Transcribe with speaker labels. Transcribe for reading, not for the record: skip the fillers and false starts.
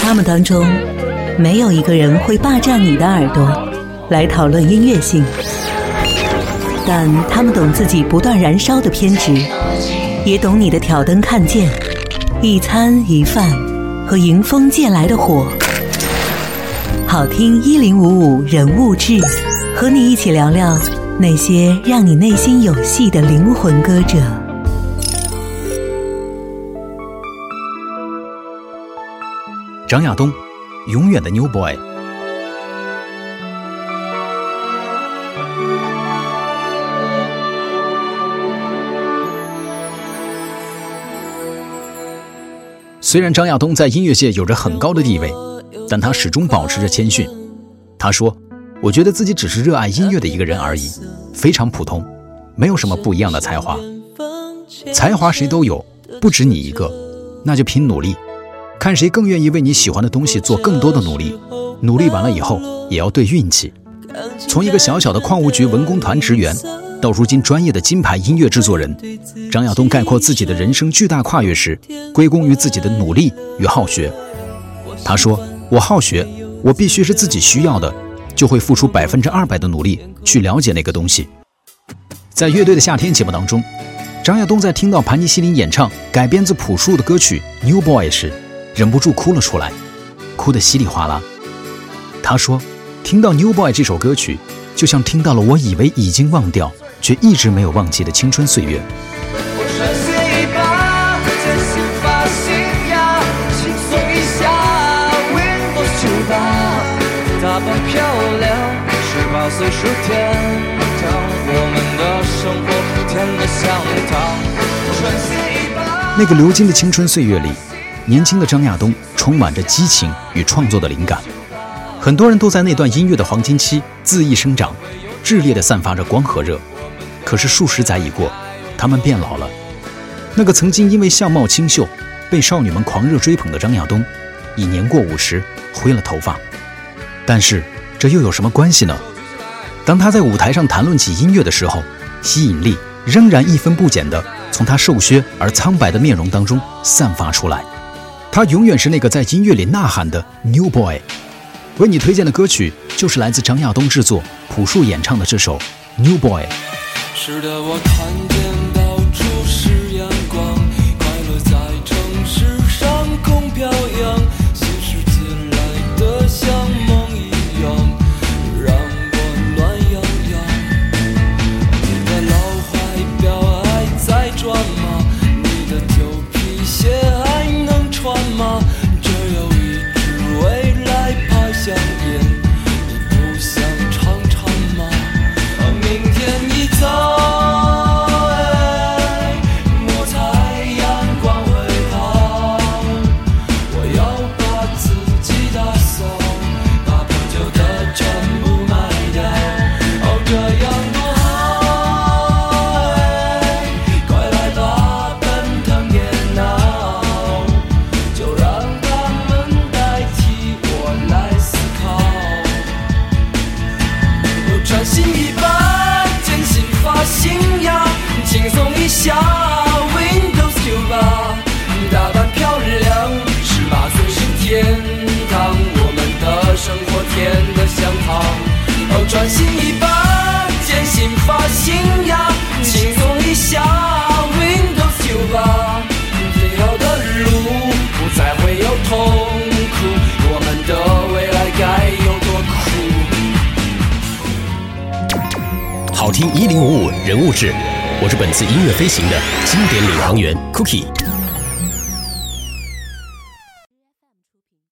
Speaker 1: 他们当中，没有一个人会霸占你的耳朵来讨论音乐性，但他们懂自己不断燃烧的偏执，也懂你的挑灯看剑、一餐一饭和迎风借来的火。好听1055人物志，和你一起聊聊那些让你内心有戏的灵魂歌者。
Speaker 2: 张亚东，永远的 New Boy。虽然张亚东在音乐界有着很高的地位，但他始终保持着谦逊。他说：“我觉得自己只是热爱音乐的一个人而已，非常普通，没有什么不一样的才华。才华谁都有，不止你一个，那就凭努力，看谁更愿意为你喜欢的东西做更多的努力。努力完了以后，也要对运气。从一个小小的矿务局文工团职员，到如今专业的金牌音乐制作人，张亚东概括自己的人生巨大跨越时，归功于自己的努力与好学。他说：我好学，我必须是自己需要的，就会付出200%的努力去了解那个东西。在乐队的夏天节目当中，张亚东在听到盘尼西林演唱改编自朴树的歌曲 New Boy 时，忍不住哭了出来，哭得稀里哗啦。他说，听到 New Boy 这首歌曲，就像听到了我以为已经忘掉却一直没有忘记的青春岁月。
Speaker 3: 打扮漂亮，18岁是天堂，我们的生活甜得像糖。
Speaker 2: 那个流金的青春岁月里，年轻的张亚东充满着激情与创作的灵感。很多人都在那段音乐的黄金期恣意生长，炽烈地散发着光和热。可是数十载已过，他们变老了。那个曾经因为相貌清秀被少女们狂热追捧的张亚东，已年过50，灰了头发。但是这又有什么关系呢？当他在舞台上谈论起音乐的时候，吸引力仍然一分不减地从他瘦削而苍白的面容当中散发出来。他永远是那个在音乐里呐喊的 New Boy。 为你推荐的歌曲就是来自张亚东制作、朴树演唱的这首 New Boy。
Speaker 3: 是的，我看见到处是阳光，快乐在城市上空飘扬，新世界来的像梦一样，让我暖洋洋。你的老怀表还在转吗？你的旧皮鞋还能穿吗？这有一支未来牌香烟，你不想尝尝吗？明天一早下 Windows 9吧，打扮漂亮，18岁是天堂，我们的生活甜得像糖。专心一把，坚信发新呀，轻松一下 Windows 9吧，最好的路不再会有痛苦，我们的未来该有多酷。
Speaker 4: 好听1055人物志，我是本次音乐飞行的经典领航员 Cookie。